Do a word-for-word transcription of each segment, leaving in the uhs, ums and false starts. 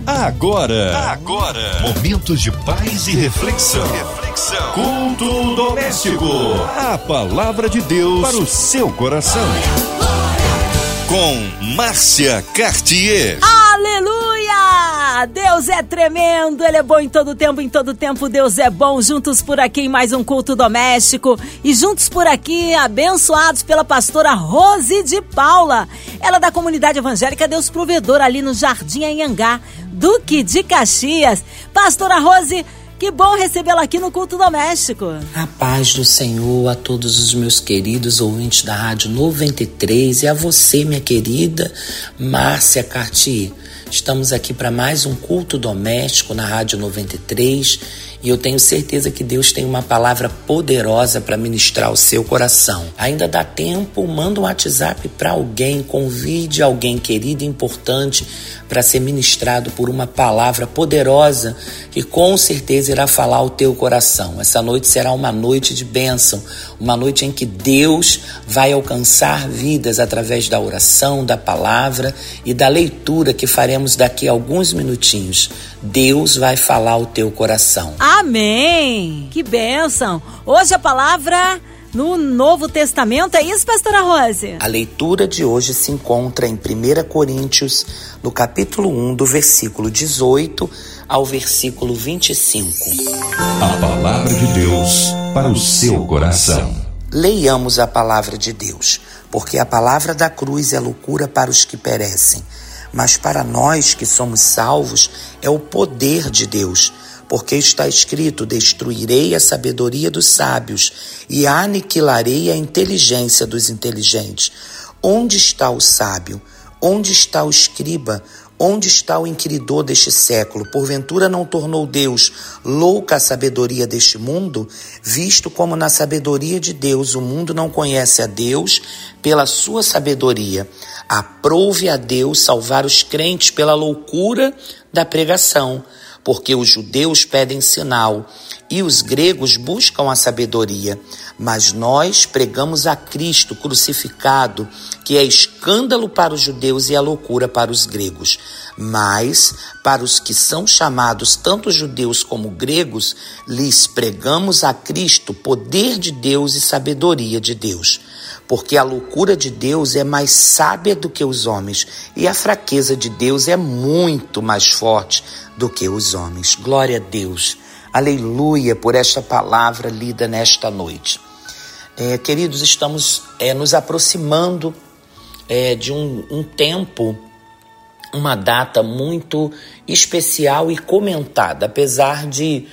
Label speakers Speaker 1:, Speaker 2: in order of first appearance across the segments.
Speaker 1: Agora, agora, momentos de paz e reflexão. Reflexão. Culto doméstico. A palavra de Deus para o seu coração. Com Márcia Cartier.
Speaker 2: Aleluia! Deus é tremendo, Ele é bom em todo tempo, em todo tempo Deus é bom. Juntos por aqui em mais um culto doméstico e juntos por aqui abençoados pela pastora Rose de Paula. Ela é da comunidade evangélica Deus Provedor ali no Jardim Anhangá, Duque de Caxias. Pastora Rose, que bom recebê-la aqui no culto doméstico.
Speaker 3: A paz do Senhor a todos os meus queridos ouvintes da Rádio noventa e três e a você, minha querida Márcia Cartier. Estamos aqui para mais um culto doméstico na Rádio noventa e três e eu tenho certeza que Deus tem uma palavra poderosa para ministrar ao seu coração. Ainda dá tempo, manda um WhatsApp para alguém, convide alguém querido e importante para ser ministrado por uma palavra poderosa que com certeza irá falar ao teu coração. Essa noite será uma noite de bênção, uma noite em que Deus vai alcançar vidas através da oração, da palavra e da leitura que faremos daqui a alguns minutinhos. Deus vai falar ao teu coração.
Speaker 2: Amém! Que bênção! Hoje a palavra no Novo Testamento, é isso, pastora Rose?
Speaker 3: A leitura de hoje se encontra em primeira Coríntios, no capítulo um, do versículo dezoito ao versículo vinte e cinco.
Speaker 1: A palavra de Deus para o seu coração.
Speaker 3: Leiamos a palavra de Deus, porque a palavra da cruz é loucura para os que perecem, mas para nós que somos salvos é o poder de Deus. Porque está escrito: destruirei a sabedoria dos sábios e aniquilarei a inteligência dos inteligentes. Onde está o sábio? Onde está o escriba? Onde está o inquiridor deste século? Porventura não tornou Deus louca a sabedoria deste mundo? Visto como na sabedoria de Deus o mundo não conhece a Deus pela sua sabedoria. Aprove a Deus salvar os crentes pela loucura da pregação. Porque os judeus pedem sinal e os gregos buscam a sabedoria. Mas nós pregamos a Cristo crucificado, que é escândalo para os judeus e é loucura para os gregos. Mas para os que são chamados, tanto judeus como gregos, lhes pregamos a Cristo, poder de Deus e sabedoria de Deus. Porque a loucura de Deus é mais sábia do que os homens, e a fraqueza de Deus é muito mais forte do que os homens. Glória a Deus. Aleluia por esta palavra lida nesta noite. É, queridos, estamos é, nos aproximando é, de um, um tempo, uma data muito especial e comentada, apesar de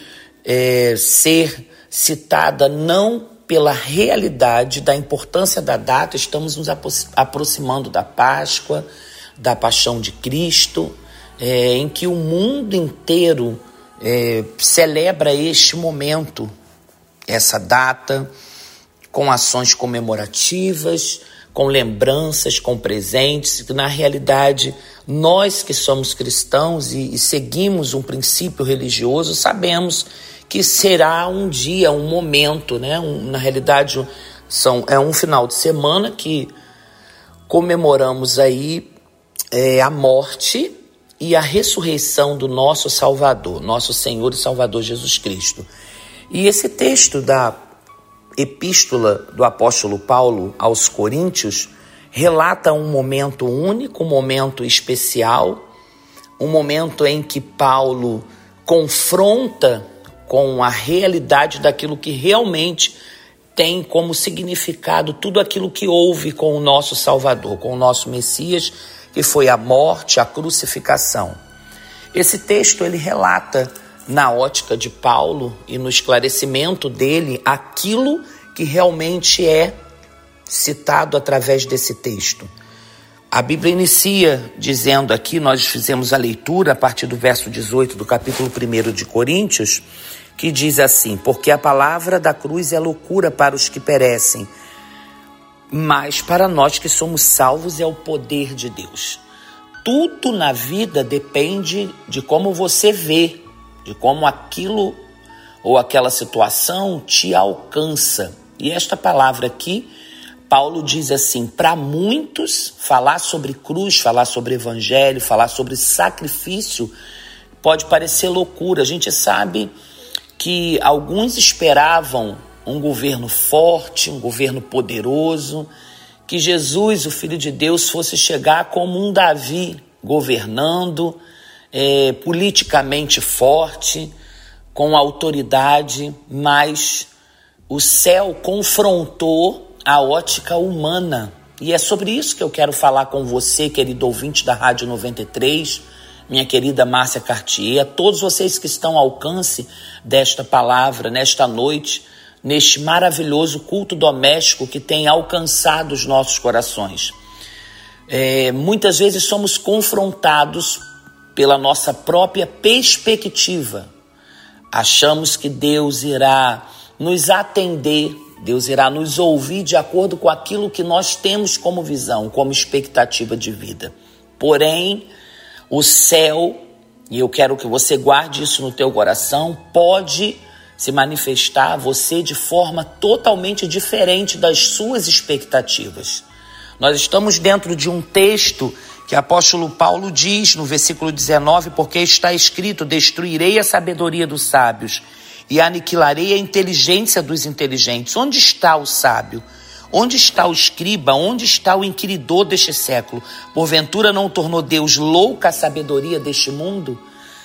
Speaker 3: é, ser citada não pela realidade da importância da data. Estamos nos aproximando da Páscoa, da Paixão de Cristo, é, em que o mundo inteiro é, celebra este momento, essa data, com ações comemorativas, com lembranças, com presentes, que na realidade nós que somos cristãos e, e seguimos um princípio religioso sabemos que será um dia, um momento, né? Um, na realidade são, é um final de semana que comemoramos aí é, a morte e a ressurreição do nosso Salvador, nosso Senhor e Salvador Jesus Cristo. E esse texto da epístola do apóstolo Paulo aos Coríntios relata um momento único, um momento especial, um momento em que Paulo confronta com a realidade daquilo que realmente tem como significado tudo aquilo que houve com o nosso Salvador, com o nosso Messias, que foi a morte, a crucificação. Esse texto ele relata, na ótica de Paulo e no esclarecimento dele, aquilo que realmente é citado através desse texto. A Bíblia inicia dizendo aqui, nós fizemos a leitura a partir do verso dezoito do capítulo primeiro de Coríntios, que diz assim: porque a palavra da cruz é loucura para os que perecem, mas para nós que somos salvos é o poder de Deus. Tudo na vida depende de como você vê, de como aquilo ou aquela situação te alcança. E esta palavra aqui, Paulo diz assim: para muitos, falar sobre cruz, falar sobre evangelho, falar sobre sacrifício, pode parecer loucura. A gente sabe que alguns esperavam um governo forte, um governo poderoso, que Jesus, o Filho de Deus, fosse chegar como um Davi, governando, é, politicamente forte, com autoridade, mas o céu confrontou a ótica humana. E é sobre isso que eu quero falar com você, querido ouvinte da Rádio noventa e três, minha querida Márcia Cartier, a todos vocês que estão ao alcance desta palavra, nesta noite, neste maravilhoso culto doméstico que tem alcançado os nossos corações. É, muitas vezes somos confrontados pela nossa própria perspectiva. Achamos que Deus irá nos atender, Deus irá nos ouvir de acordo com aquilo que nós temos como visão, como expectativa de vida. Porém, o céu, e eu quero que você guarde isso no teu coração, pode se manifestar a você de forma totalmente diferente das suas expectativas. Nós estamos dentro de um texto que o apóstolo Paulo diz no versículo dezenove, porque está escrito: destruirei a sabedoria dos sábios e aniquilarei a inteligência dos inteligentes. Onde está o sábio? Onde está o escriba? Onde está o inquiridor deste século? Porventura não tornou Deus louca a sabedoria deste mundo?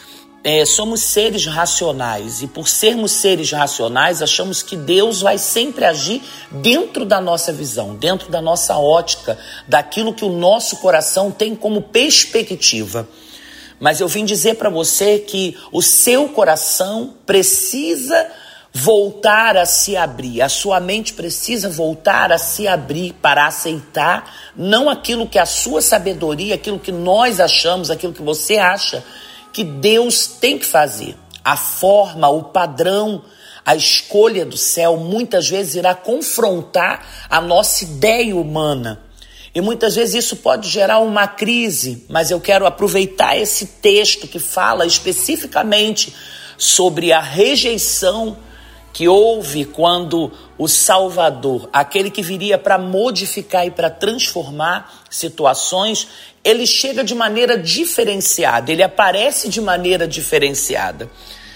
Speaker 3: É, somos seres racionais e por sermos seres racionais achamos que Deus vai sempre agir dentro da nossa visão, dentro da nossa ótica, daquilo que o nosso coração tem como perspectiva. Mas eu vim dizer para você que o seu coração precisa voltar a se abrir, a sua mente precisa voltar a se abrir para aceitar não aquilo que a sua sabedoria, aquilo que nós achamos, aquilo que você acha que Deus tem que fazer. A forma, o padrão, a escolha do céu muitas vezes irá confrontar a nossa ideia humana. E muitas vezes isso pode gerar uma crise, mas eu quero aproveitar esse texto que fala especificamente sobre a rejeição que houve quando o Salvador, aquele que viria para modificar e para transformar situações, ele chega de maneira diferenciada, ele aparece de maneira diferenciada.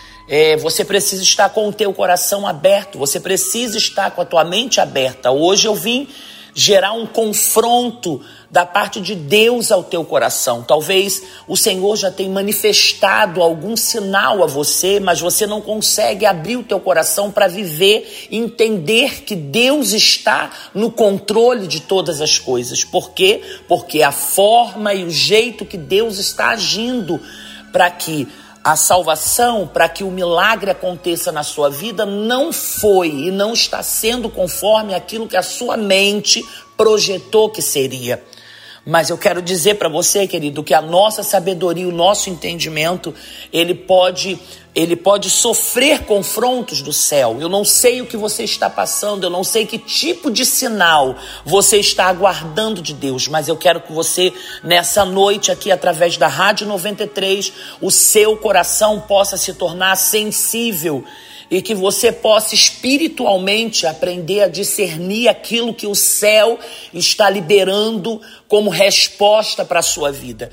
Speaker 3: É, você precisa estar com o teu coração aberto, você precisa estar com a tua mente aberta. Hoje eu vim gerar um confronto da parte de Deus ao teu coração. Talvez o Senhor já tenha manifestado algum sinal a você, mas você não consegue abrir o teu coração para viver e entender que Deus está no controle de todas as coisas. Por quê? Porque a forma e o jeito que Deus está agindo para que a salvação, para que o milagre aconteça na sua vida, não foi e não está sendo conforme aquilo que a sua mente projetou que seria. Mas eu quero dizer para você, querido, que a nossa sabedoria, o nosso entendimento, ele pode, ele pode sofrer confrontos do céu. Eu não sei o que você está passando, eu não sei que tipo de sinal você está aguardando de Deus, mas eu quero que você, nessa noite aqui, através da Rádio noventa e três, o seu coração possa se tornar sensível e que você possa espiritualmente aprender a discernir aquilo que o céu está liberando como resposta para a sua vida.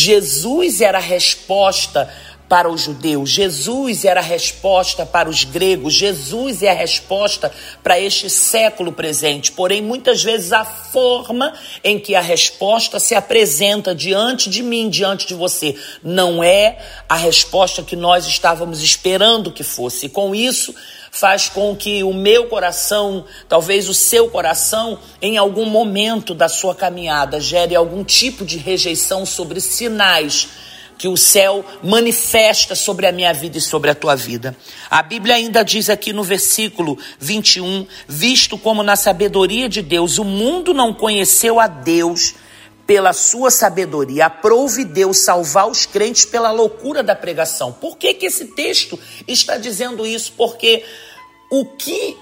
Speaker 3: Jesus era a resposta para os judeus, Jesus era a resposta para os gregos, Jesus é a resposta para este século presente. Porém, muitas vezes a forma em que a resposta se apresenta diante de mim, diante de você, não é a resposta que nós estávamos esperando que fosse. E com isso, faz com que o meu coração, talvez o seu coração, em algum momento da sua caminhada, gere algum tipo de rejeição sobre sinais que o céu manifesta sobre a minha vida e sobre a tua vida. A Bíblia ainda diz aqui no versículo vinte e um, visto como na sabedoria de Deus o mundo não conheceu a Deus pela sua sabedoria, aprove Deus salvar os crentes pela loucura da pregação. Por que que esse texto está dizendo isso? Porque o que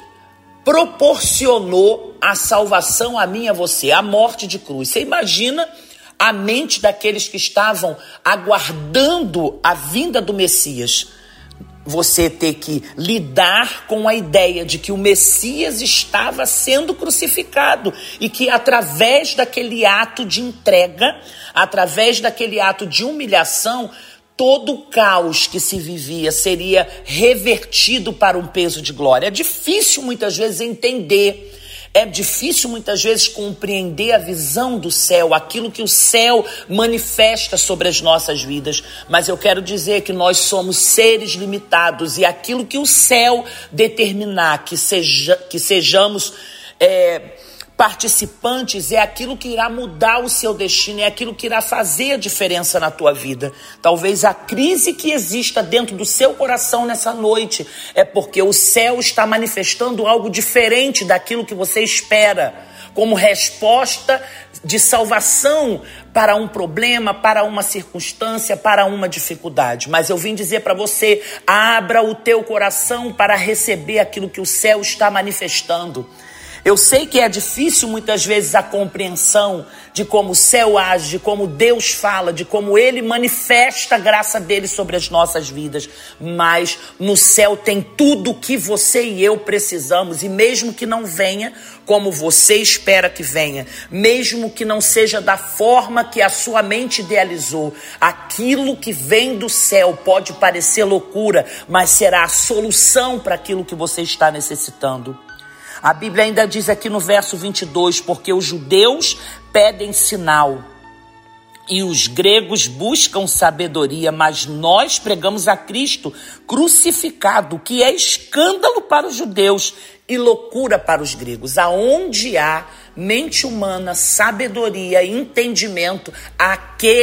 Speaker 3: proporcionou a salvação a mim e a você? A morte de cruz. Você imagina a mente daqueles que estavam aguardando a vinda do Messias. você ter que lidar com a ideia de que o Messias estava sendo crucificado e que através daquele ato de entrega, através daquele ato de humilhação, todo o caos que se vivia seria revertido para um peso de glória. É difícil muitas vezes entender, é difícil muitas vezes compreender a visão do céu, aquilo que o céu manifesta sobre as nossas vidas. Mas eu quero dizer que nós somos seres limitados e aquilo que o céu determinar que, seja, que sejamos é, participantes é aquilo que irá mudar o seu destino, é aquilo que irá fazer a diferença na tua vida. Talvez a crise que exista dentro do seu coração nessa noite é porque o céu está manifestando algo diferente daquilo que você espera, como resposta de salvação para um problema, para uma circunstância, para uma dificuldade. Mas eu vim dizer para você, abra o teu coração para receber aquilo que o céu está manifestando. Eu sei que é difícil muitas vezes a compreensão de como o céu age, de como Deus fala, de como Ele manifesta a graça dele sobre as nossas vidas. Mas no céu tem tudo o que você e eu precisamos. E mesmo que não venha como você espera que venha, mesmo que não seja da forma que a sua mente idealizou, aquilo que vem do céu pode parecer loucura, mas será a solução para aquilo que você está necessitando. A Bíblia ainda diz aqui no verso vinte e dois, porque os judeus pedem sinal e os gregos buscam sabedoria, mas nós pregamos a Cristo crucificado, que é escândalo para os judeus e loucura para os gregos. Aonde há mente humana, sabedoria, entendimento, há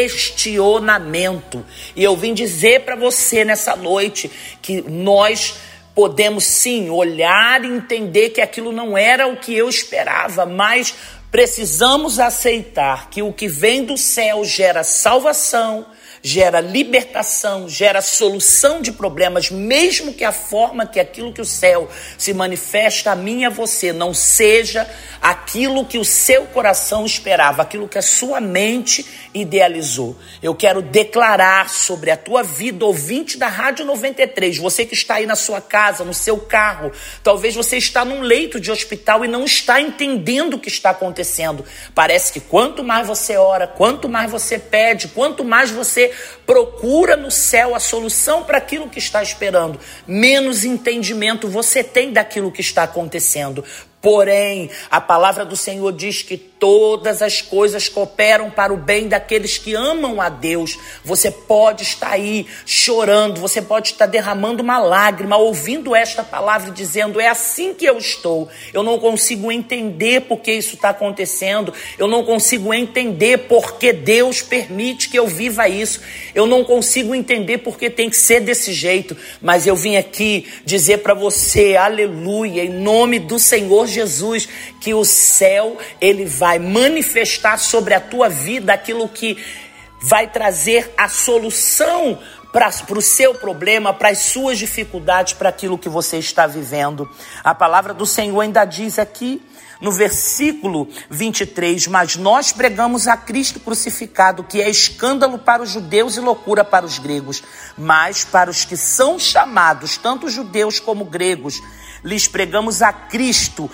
Speaker 3: questionamento. E eu vim dizer para você nessa noite que nós podemos sim olhar e entender que aquilo não era o que eu esperava, mas precisamos aceitar que o que vem do céu gera salvação, gera libertação, gera solução de problemas, mesmo que a forma que aquilo que o céu se manifesta a mim e a você não seja aquilo que o seu coração esperava, aquilo que a sua mente idealizou. Eu quero declarar sobre a tua vida, ouvinte da Rádio noventa e três, você que está aí na sua casa, no seu carro, talvez você está num leito de hospital e não está entendendo o que está acontecendo. Parece que quanto mais você ora, quanto mais você pede, quanto mais você procura no céu a solução para aquilo que está esperando, menos entendimento você tem daquilo que está acontecendo. Porém, a palavra do Senhor diz que todas as coisas cooperam para o bem daqueles que amam a Deus. Você pode estar aí chorando, você pode estar derramando uma lágrima, ouvindo esta palavra e dizendo, é assim que eu estou. Eu não consigo entender por que isso está acontecendo. Eu não consigo entender por que Deus permite que eu viva isso. Eu não consigo entender por que tem que ser desse jeito. Mas eu vim aqui dizer para você, aleluia, em nome do Senhor Jesus, que o céu, ele vai manifestar sobre a tua vida aquilo que vai trazer a solução para o seu problema, para as suas dificuldades, para aquilo que você está vivendo. A palavra do Senhor ainda diz aqui no versículo vinte e três, mas nós pregamos a Cristo crucificado, que é escândalo para os judeus e loucura para os gregos, mas para os que são chamados, tanto judeus como gregos, lhes pregamos a Cristo,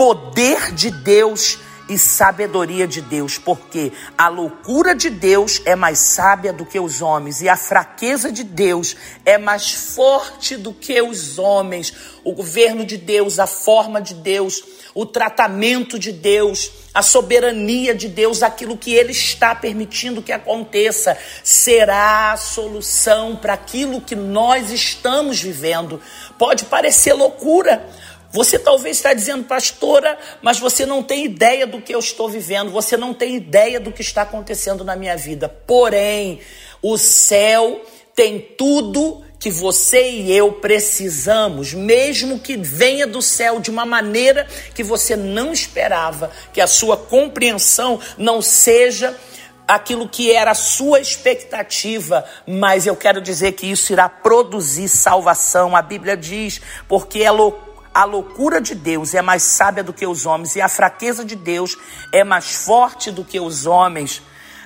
Speaker 3: poder de Deus e sabedoria de Deus, porque a loucura de Deus é mais sábia do que os homens, e a fraqueza de Deus é mais forte do que os homens. O governo de Deus, a forma de Deus, o tratamento de Deus, a soberania de Deus, aquilo que Ele está permitindo que aconteça, será a solução para aquilo que nós estamos vivendo. Pode parecer loucura. Você talvez está dizendo, pastora, mas você não tem ideia do que eu estou vivendo, você não tem ideia do que está acontecendo na minha vida. Porém, o céu tem tudo que você e eu precisamos, mesmo que venha do céu de uma maneira que você não esperava, que a sua compreensão não seja aquilo que era a sua expectativa, mas eu quero dizer que isso irá produzir salvação. A Bíblia diz, porque é loucura. A loucura de Deus é mais sábia do que os homens, e a fraqueza de Deus é mais forte do que os homens.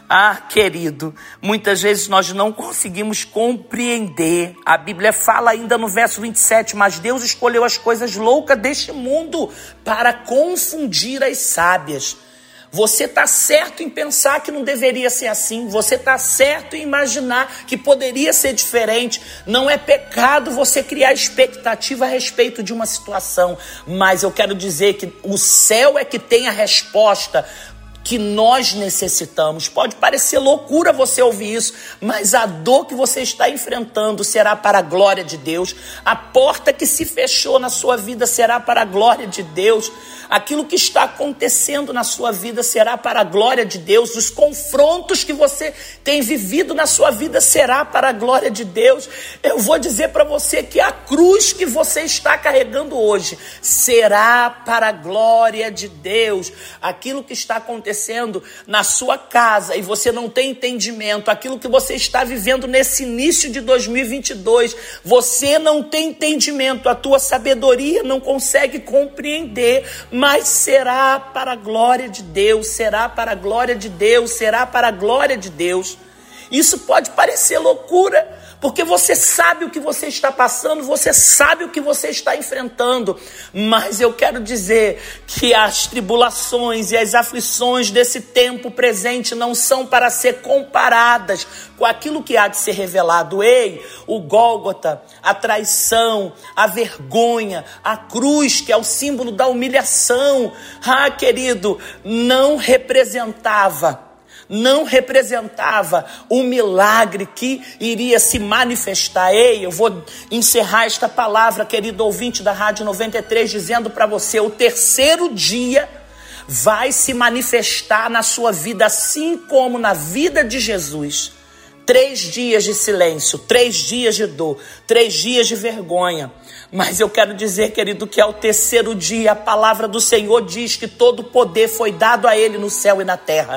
Speaker 3: Ah, querido, muitas vezes nós não conseguimos compreender. A Bíblia fala ainda no verso vinte e sete, mas Deus escolheu as coisas loucas deste mundo para confundir as sábias. Você está certo em pensar que não deveria ser assim. Você está certo em imaginar que poderia ser diferente. Não é pecado você criar expectativa a respeito de uma situação. Mas eu quero dizer que o céu é que tem a resposta que nós necessitamos. Pode parecer loucura você ouvir isso, mas a dor que você está enfrentando será para a glória de Deus. A porta que se fechou na sua vida será para a glória de Deus. Aquilo que está acontecendo na sua vida será para a glória de Deus. Os confrontos que você tem vivido na sua vida será para a glória de Deus. Eu vou dizer para você que a cruz que você está carregando hoje será para a glória de Deus. Aquilo que está acontecendo na sua casa e você não tem entendimento, aquilo que você está vivendo nesse início de dois mil e vinte e dois, você não tem entendimento, a tua sabedoria não consegue compreender, mas será para a glória de Deus, será para a glória de Deus, será para a glória de Deus. Isso pode parecer loucura, porque você sabe o que você está passando, você sabe o que você está enfrentando, mas eu quero dizer que as tribulações e as aflições desse tempo presente não são para ser comparadas com aquilo que há de ser revelado. Ei, o Gólgota, a traição, a vergonha, a cruz, que é o símbolo da humilhação, ah, querido, não representava não representava o milagre que iria se manifestar. Ei, eu vou encerrar esta palavra, querido ouvinte da Rádio noventa e três, dizendo para você, o terceiro dia vai se manifestar na sua vida, assim como na vida de Jesus. Três dias de silêncio, três dias de dor, três dias de vergonha. Mas eu quero dizer, querido, que ao terceiro dia a palavra do Senhor diz que todo o poder foi dado a Ele no céu e na terra.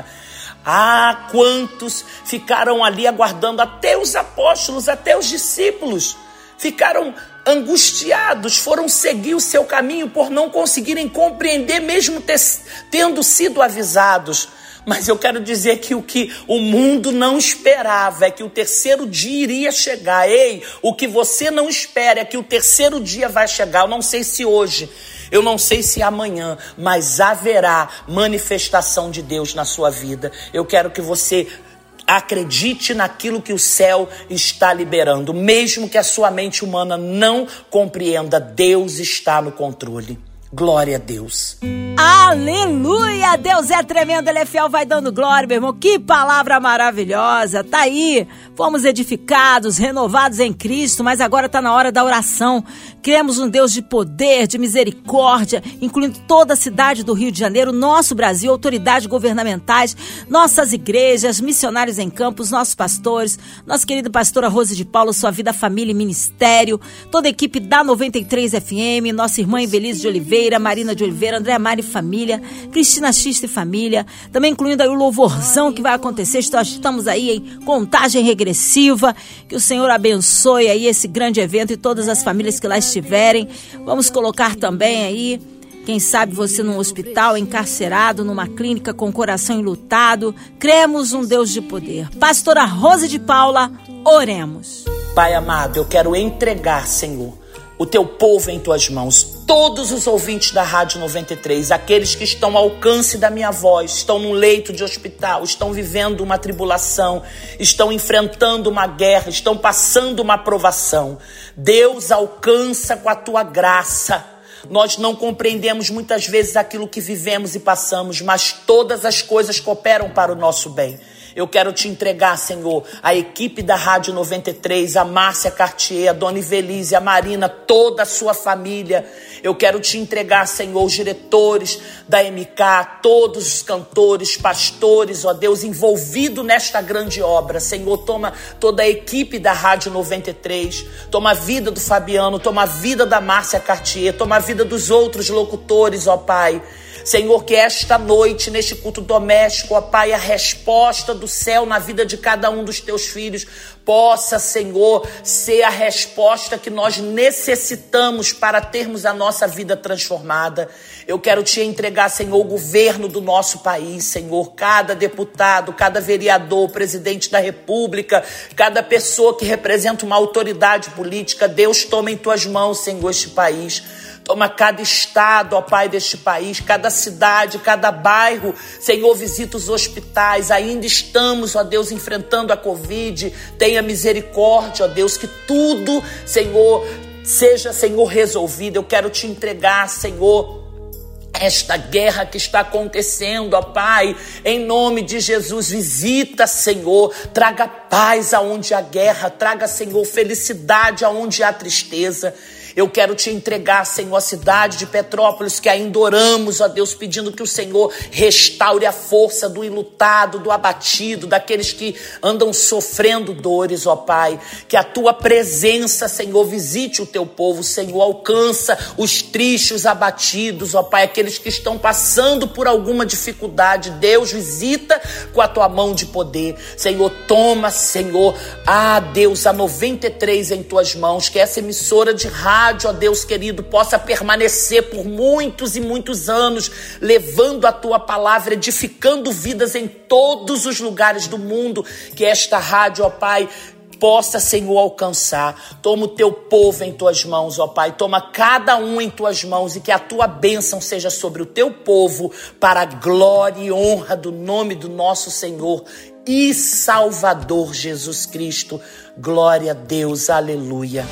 Speaker 3: Ah, quantos ficaram ali aguardando, até os apóstolos, até os discípulos, ficaram angustiados, foram seguir o seu caminho por não conseguirem compreender, mesmo ter, tendo sido avisados. Mas eu quero dizer que o que o mundo não esperava é que o terceiro dia iria chegar. Ei, o que você não espera é que o terceiro dia vai chegar. Eu não sei se hoje, eu não sei se amanhã, mas haverá manifestação de Deus na sua vida. Eu quero que você acredite naquilo que o céu está liberando. Mesmo que a sua mente humana não compreenda, Deus está no controle. Glória a Deus.
Speaker 2: Aleluia! Deus é tremendo, Ele é fiel, vai dando glória, meu irmão. Que palavra maravilhosa. Tá aí, fomos edificados, renovados em Cristo, mas agora tá na hora da oração. Cremos um Deus de poder, de misericórdia, incluindo toda a cidade do Rio de Janeiro, nosso Brasil, autoridades governamentais, nossas igrejas, missionários em campos, nossos pastores, nossa querida pastora Rose de Paulo, sua vida, família e ministério, toda a equipe da noventa e três F M, nossa irmã Evelise de Oliveira, Marina de Oliveira, André Mari e família, Cristina Xista e família, também incluindo aí o louvorzão que vai acontecer. Estamos aí em contagem regressiva. Que o Senhor abençoe aí esse grande evento e todas as famílias que lá estiverem. Vamos colocar também aí, quem sabe você num hospital, encarcerado, numa clínica com o coração enlutado. Cremos um Deus de poder. Pastora Rose de Paula, oremos.
Speaker 3: Pai amado, eu quero entregar, Senhor, o teu povo em tuas mãos, todos os ouvintes da Rádio noventa e três, aqueles que estão ao alcance da minha voz, estão num leito de hospital, estão vivendo uma tribulação, estão enfrentando uma guerra, estão passando uma provação. Deus, alcança com a tua graça. Nós não compreendemos muitas vezes aquilo que vivemos e passamos, mas todas as coisas cooperam para o nosso bem. Eu quero te entregar, Senhor, a equipe da Rádio noventa e três, a Márcia Cartier, a Dona Ivelise, a Marina, toda a sua família. Eu quero te entregar, Senhor, os diretores da M K, todos os cantores, pastores, ó Deus, envolvidos nesta grande obra. Senhor, toma toda a equipe da Rádio noventa e três, toma a vida do Fabiano, toma a vida da Márcia Cartier, toma a vida dos outros locutores, ó Pai. Senhor, que esta noite, neste culto doméstico, ó Pai, a resposta do céu na vida de cada um dos teus filhos possa, Senhor, ser a resposta que nós necessitamos para termos a nossa vida transformada. Eu quero te entregar, Senhor, o governo do nosso país, Senhor, cada deputado, cada vereador, presidente da República, cada pessoa que representa uma autoridade política. Deus, toma em tuas mãos, Senhor, este país. Toma cada estado, ó Pai, deste país, cada cidade, cada bairro. Senhor, visita os hospitais. Ainda estamos, ó Deus, enfrentando a Covid. Tenha misericórdia, ó Deus, que tudo, Senhor, seja, Senhor, resolvido. Eu quero te entregar, Senhor, esta guerra que está acontecendo, ó Pai, em nome de Jesus, visita, Senhor, traga paz aonde há guerra, traga, Senhor, felicidade aonde há tristeza. Eu quero te entregar, Senhor, a cidade de Petrópolis, que ainda oramos, ó Deus, pedindo que o Senhor restaure a força do enlutado, do abatido, daqueles que andam sofrendo dores, ó Pai. Que a tua presença, Senhor, visite o teu povo, Senhor, alcança os tristes, os abatidos, ó Pai, aqueles que estão passando por alguma dificuldade. Deus, visita com a tua mão de poder. Senhor, toma, Senhor, ah, Deus, a noventa e três em tuas mãos, que essa emissora de rádio, ó Deus querido, possa permanecer por muitos e muitos anos, levando a tua palavra, edificando vidas em todos os lugares do mundo. Que esta rádio, ó Pai, possa, Senhor, alcançar. Toma o teu povo em tuas mãos, ó Pai. Toma cada um em tuas mãos e que a tua bênção seja sobre o teu povo, para a glória e honra do nome do nosso Senhor e Salvador Jesus Cristo. Glória a Deus, aleluia.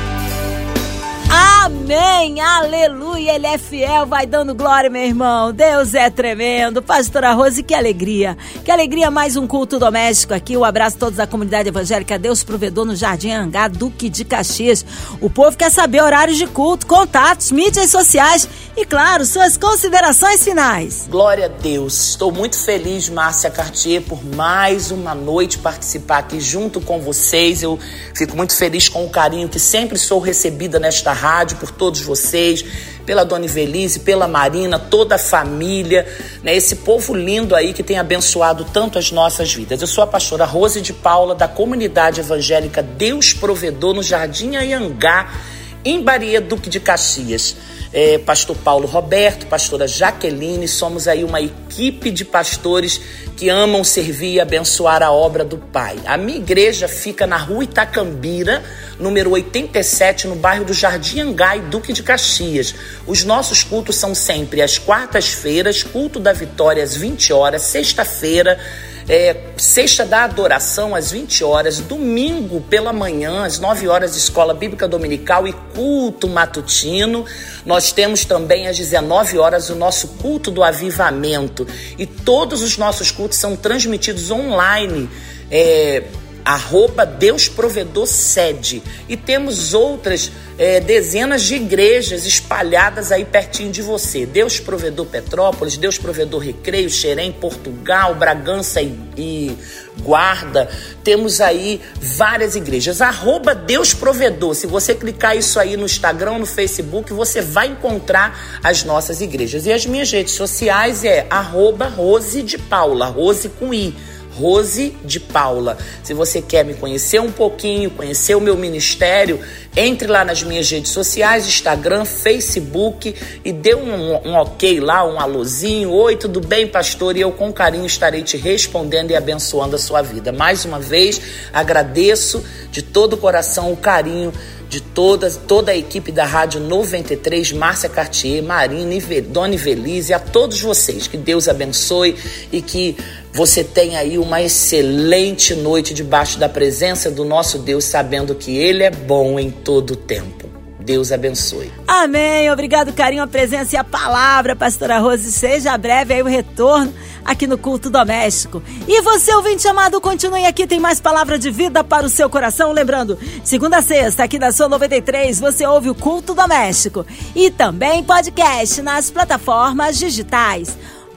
Speaker 2: Amém, aleluia, ele é fiel, vai dando glória, meu irmão. Deus é tremendo. Pastora Rose, que alegria, que alegria, mais um culto doméstico aqui. Um abraço a todos da comunidade evangélica Deus Provedor no Jardim Angá, Duque de Caxias. O povo quer saber horários de culto, contatos, mídias sociais e, claro, suas considerações finais.
Speaker 3: Glória a Deus, estou muito feliz, Márcia Cartier, por mais uma noite participar aqui junto com vocês. Eu fico muito feliz com o carinho que sempre sou recebida nesta rádio, por todos vocês, pela Dona Ivelise, pela Marina, toda a família, né? Esse povo lindo aí que tem abençoado tanto as nossas vidas. Eu sou a pastora Rose de Paula, da comunidade evangélica Deus Provedor, no Jardim Anhangá, em Baria, Duque de Caxias. É, pastor Paulo Roberto, pastora Jaqueline, somos aí uma equipe de pastores que amam servir e abençoar a obra do Pai. A minha igreja fica na rua Itacambira, número oitenta e sete, no bairro do Jardim Angá e Duque de Caxias. Os nossos cultos são sempre às quartas-feiras, culto da vitória às vinte horas, sexta-feira, É, sexta da adoração às vinte horas, domingo pela manhã às nove horas, escola bíblica dominical e culto matutino. Nós temos também às dezenove horas o nosso culto do avivamento, e todos os nossos cultos são transmitidos online, é, arroba Deus Provedor Sede, e temos outras é, dezenas de igrejas espalhadas aí pertinho de você. Deus Provedor Petrópolis, Deus Provedor Recreio, Xerém, Portugal, Bragança e, e Guarda. Temos aí várias igrejas, arroba Deus Provedor. Se você clicar isso aí no Instagram, no Facebook, você vai encontrar as nossas igrejas. E as minhas redes sociais é arroba Rose de Paula, Rose com I, Rose de Paula. Se você quer me conhecer um pouquinho, conhecer o meu ministério, entre lá nas minhas redes sociais, Instagram, Facebook, e dê um, um ok lá, um alôzinho. Oi, tudo bem, pastor? E eu com carinho estarei te respondendo e abençoando a sua vida. Mais uma vez, agradeço de todo o coração o carinho de toda, toda a equipe da Rádio noventa e três, Márcia Cartier, Marina, Ive, Dona Ivelise, a todos vocês. Que Deus abençoe e que você tenha aí uma excelente noite debaixo da presença do nosso Deus, sabendo que Ele é bom em todo o tempo. Deus abençoe.
Speaker 2: Amém. Obrigado, carinho, a presença e a palavra, pastora Rose. Seja breve aí o retorno aqui no culto doméstico. E você, ouvinte amado, continue aqui, tem mais palavra de vida para o seu coração. Lembrando, segunda a sexta, aqui da sua noventa e três, você ouve o culto doméstico e também podcast nas plataformas digitais.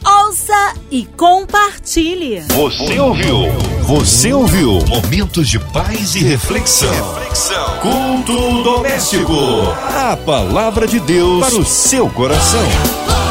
Speaker 2: Ouça e compartilhe.
Speaker 1: Você ouviu? Você ouviu? Momentos de paz e reflexão. Reflexão. Culto doméstico. A palavra de Deus para o seu coração.